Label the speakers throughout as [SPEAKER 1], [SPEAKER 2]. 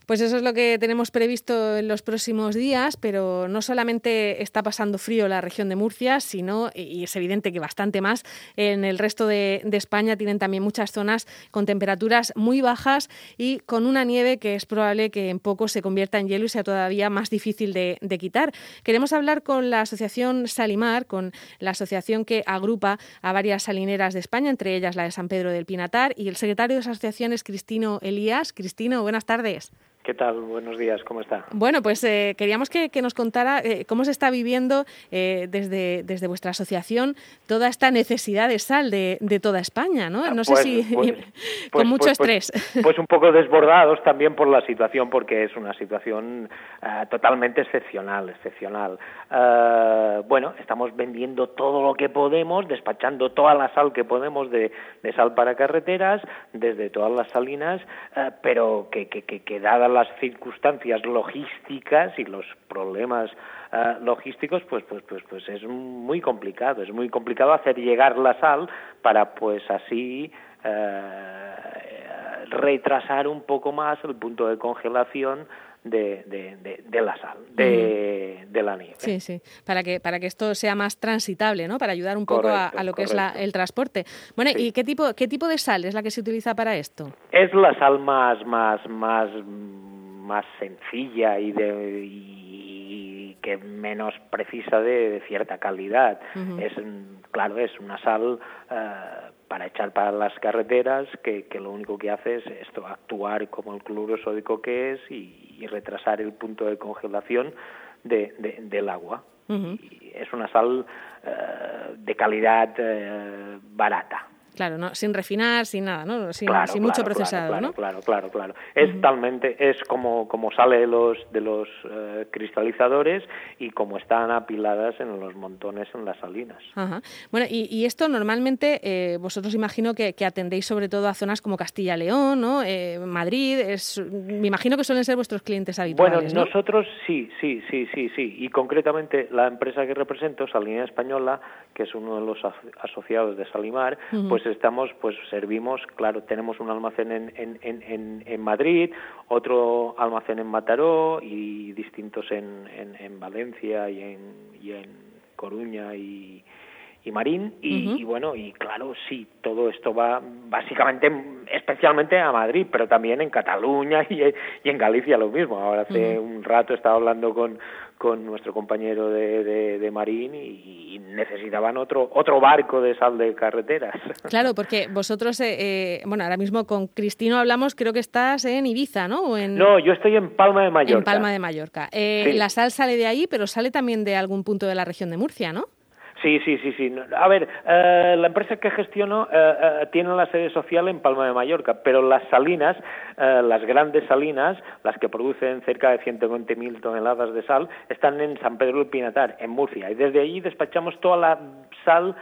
[SPEAKER 1] Pues eso es lo que tenemos previsto en los próximos días, pero no solamente está pasando frío en la región de Murcia, sino, y es evidente que bastante más, en el resto de España tienen también muchas zonas con temperaturas muy bajas y con una nieve que es probable que en poco se convierta en hielo y sea todavía más difícil de quitar. Queremos hablar con la asociación Salimar, con la asociación que agrupa a varias salineras de España, entre ellas la de San Pedro del Pinatar, y el secretario de esa asociación es Cristino Elías. Cristino, buenas tardes.
[SPEAKER 2] ¿Qué tal? Buenos días, ¿cómo está?
[SPEAKER 1] Bueno, pues queríamos que nos contara cómo se está viviendo desde vuestra asociación toda esta necesidad de sal de toda España, ¿no? No sé si con mucho estrés.
[SPEAKER 2] Pues un poco desbordados también por la situación, porque es una situación totalmente excepcional. Bueno, estamos vendiendo todo lo que podemos, despachando toda la sal que podemos de sal para carreteras, desde todas las salinas, pero que dadas las circunstancias logísticas y los problemas logísticos, pues es muy complicado. Es muy complicado hacer llegar la sal para, pues así, retrasar un poco más el punto de congelación de la sal, de la nieve.
[SPEAKER 1] Sí, para que esto sea más transitable, ¿no? Para ayudar un poco a lo que es el transporte. Bueno, sí. ¿Y qué tipo de sal es la que se utiliza para esto?
[SPEAKER 2] Es la sal más sencilla y que menos precisa de cierta calidad. Uh-huh. Es una sal para echar para las carreteras que lo único que hace es esto, actuar como el cloruro sódico que es y retrasar el punto de congelación del agua. Uh-huh. Y es una sal de calidad barata.
[SPEAKER 1] Claro, ¿no? Sin refinar, sin nada, ¿no? Sin mucho procesado, ¿no?
[SPEAKER 2] Claro. Es talmente, es como sale de los cristalizadores y como están apiladas en los montones en las salinas.
[SPEAKER 1] Ajá. Bueno, y esto normalmente vosotros imagino que atendéis sobre todo a zonas como Castilla-León, ¿no? Madrid, me imagino que suelen ser vuestros clientes habituales,
[SPEAKER 2] Bueno, nosotros sí, y concretamente la empresa que represento, Salinera Española, que es uno de los asociados de Salimar, uh-huh. Pues servimos, claro, tenemos un almacén en Madrid, otro almacén en Mataró y distintos en Valencia y en Coruña y Marín, uh-huh. y bueno, y claro, sí, todo esto va básicamente, especialmente a Madrid, pero también en Cataluña y en Galicia lo mismo. Ahora hace uh-huh. un rato estaba hablando con nuestro compañero de Marín y necesitaban otro barco de sal de carreteras.
[SPEAKER 1] Claro, porque vosotros, ahora mismo con Cristino hablamos, creo que estás en Ibiza, ¿no?
[SPEAKER 2] No, yo estoy en Palma de Mallorca.
[SPEAKER 1] En Palma de Mallorca.
[SPEAKER 2] Sí.
[SPEAKER 1] La sal sale de ahí, pero sale también de algún punto de la región de Murcia, ¿no?
[SPEAKER 2] Sí. A ver, la empresa que gestiono tiene la sede social en Palma de Mallorca, pero las salinas, las grandes salinas, las que producen cerca de 120.000 toneladas de sal, están en San Pedro del Pinatar, en Murcia, y desde allí despachamos toda la sal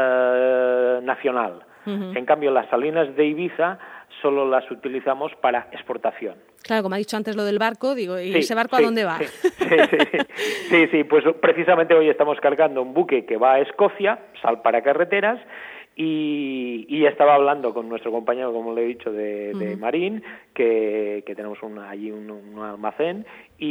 [SPEAKER 2] nacional. Uh-huh. En cambio, las salinas de Ibiza solo las utilizamos para exportación.
[SPEAKER 1] Claro, como ha dicho antes lo del barco, digo, ¿y ese barco a dónde va?
[SPEAKER 2] Sí, pues precisamente hoy estamos cargando un buque que va a Escocia, sal para carreteras, y estaba hablando con nuestro compañero, como le he dicho, de Marín, que tenemos allí un almacén,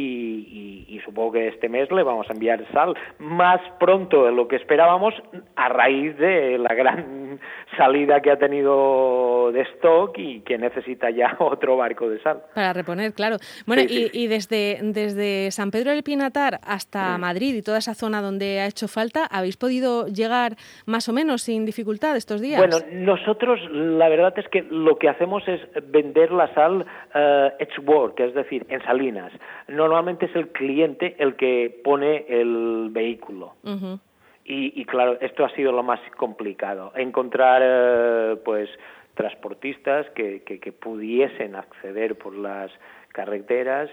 [SPEAKER 2] y supongo que este mes le vamos a enviar sal más pronto de lo que esperábamos a raíz de la gran salida que ha tenido de stock y que necesita ya otro barco de sal.
[SPEAKER 1] Para reponer, claro. Bueno, sí. Y desde San Pedro del Pinatar hasta Madrid y toda esa zona donde ha hecho falta, ¿habéis podido llegar más o menos sin dificultad estos días?
[SPEAKER 2] Bueno, nosotros la verdad es que lo que hacemos es vender la sal ex-work, es decir, en salinas. Normalmente es el cliente el que pone el vehículo. Uh-huh. Y claro, esto ha sido lo más complicado. Encontrar, transportistas que pudiesen acceder por las carreteras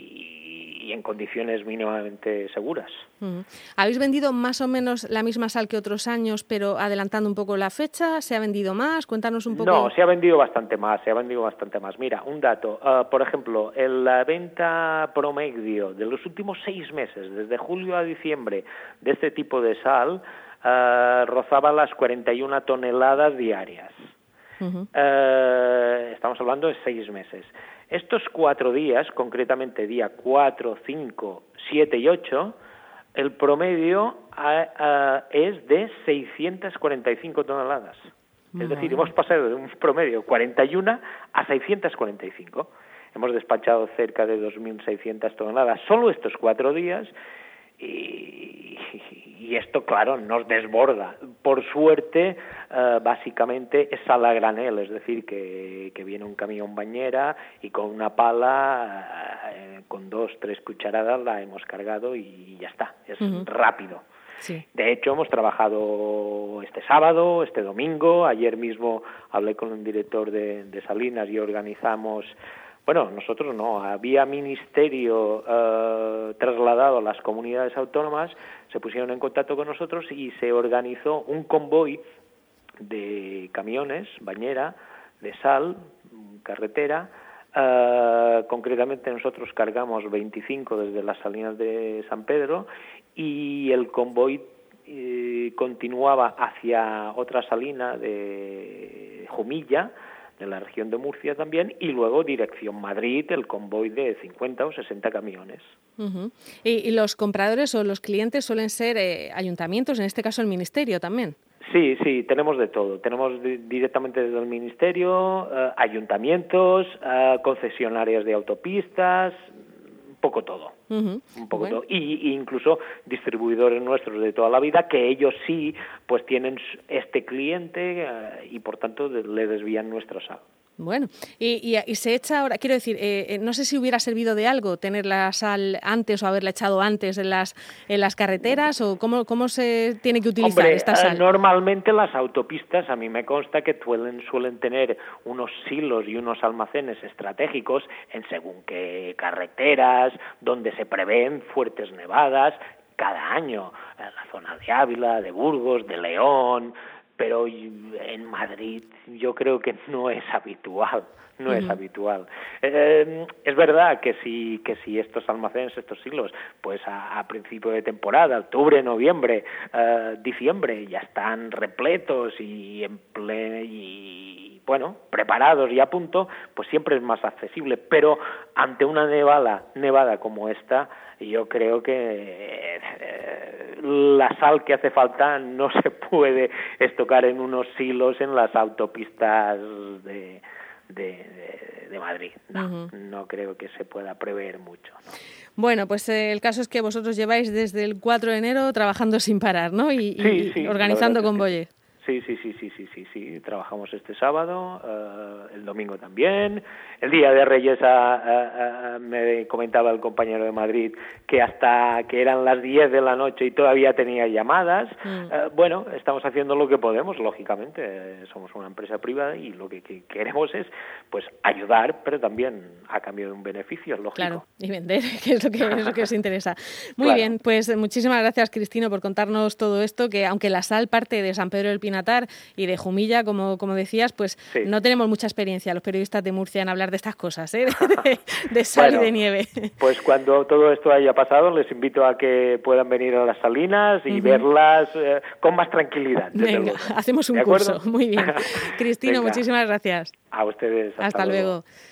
[SPEAKER 2] y en condiciones mínimamente seguras.
[SPEAKER 1] Uh-huh. ¿Habéis vendido más o menos la misma sal que otros años, pero adelantando un poco la fecha? ¿Se ha vendido más? Cuéntanos un poco.
[SPEAKER 2] No, se ha vendido bastante más. Mira, un dato. Por ejemplo, la venta promedio de los últimos 6 meses, desde julio a diciembre, de este tipo de sal, rozaba las 41 toneladas diarias. Uh-huh. Estamos hablando de 6 meses. Estos 4 días, concretamente día 4, 5, 7 y 8, el promedio es de 645 toneladas. Es decir, hemos pasado de un promedio 41 a 645. Hemos despachado cerca de 2.600 toneladas solo estos 4 días y esto, claro, nos desborda. Por suerte, básicamente es a la granel, es decir, que viene un camión bañera y con una pala, con 2-3 cucharadas la hemos cargado y ya está, es rápido.
[SPEAKER 1] Sí.
[SPEAKER 2] De hecho, hemos trabajado este sábado, este domingo, ayer mismo hablé con un director de Salinas y organizamos... Bueno, nosotros no, había ministerio trasladado a las comunidades autónomas, se pusieron en contacto con nosotros y se organizó un convoy de camiones, bañera, de sal, carretera. Concretamente nosotros cargamos 25 desde las Salinas de San Pedro y el convoy continuaba hacia otra salina de Jumilla, de la región de Murcia también, y luego dirección Madrid, el convoy de 50 o 60 camiones.
[SPEAKER 1] Uh-huh. ¿Y los compradores o los clientes suelen ser ayuntamientos, en este caso el ministerio también?
[SPEAKER 2] Sí, tenemos de todo. Tenemos directamente desde el ministerio, ayuntamientos, concesionarias de autopistas, un poco todo.
[SPEAKER 1] Uh-huh.
[SPEAKER 2] Un poco todo. Y incluso distribuidores nuestros de toda la vida, que ellos sí pues tienen este cliente y por tanto le desvían nuestra sal.
[SPEAKER 1] Bueno, y se echa ahora, quiero decir, no sé si hubiera servido de algo tener la sal antes o haberla echado antes en las carreteras, o cómo se tiene que utilizar esta sal.
[SPEAKER 2] Normalmente las autopistas, a mí me consta que suelen tener unos silos y unos almacenes estratégicos en según qué carreteras, donde se prevén fuertes nevadas cada año, en la zona de Ávila, de Burgos, de León, pero en Madrid yo creo que no es habitual. No es habitual. Es verdad que si estos almacenes, estos silos, pues a principio de temporada, octubre, noviembre, diciembre, ya están repletos y bueno, preparados y a punto, pues siempre es más accesible. Pero ante una nevada como esta, yo creo que la sal que hace falta no se puede estocar en unos silos en las autopistas de Madrid. No creo que se pueda prever mucho, ¿no?
[SPEAKER 1] Bueno, pues el caso es que vosotros lleváis desde el 4 de enero trabajando sin parar, ¿no? Y organizando convoyes.
[SPEAKER 2] Sí, trabajamos este sábado, el domingo también. El Día de Reyes me comentaba el compañero de Madrid que hasta que eran las 10 de la noche y todavía tenía llamadas. Bueno, estamos haciendo lo que podemos, lógicamente. Somos una empresa privada y lo que queremos es pues ayudar, pero también a cambio de un beneficio, lógico.
[SPEAKER 1] Claro, y vender, que es lo que os interesa. Muy bien, pues muchísimas gracias, Cristino, por contarnos todo esto, que aunque la sal parte de San Pedro del Pinatar y de Jumilla, como decías, pues no tenemos mucha experiencia los periodistas de Murcia en hablar de estas cosas, de sal y de nieve.
[SPEAKER 2] Pues cuando todo esto haya pasado, les invito a que puedan venir a las Salinas y verlas con más tranquilidad.
[SPEAKER 1] Venga, hacemos un curso. Muy bien. Cristino, muchísimas gracias.
[SPEAKER 2] A ustedes.
[SPEAKER 1] Hasta luego.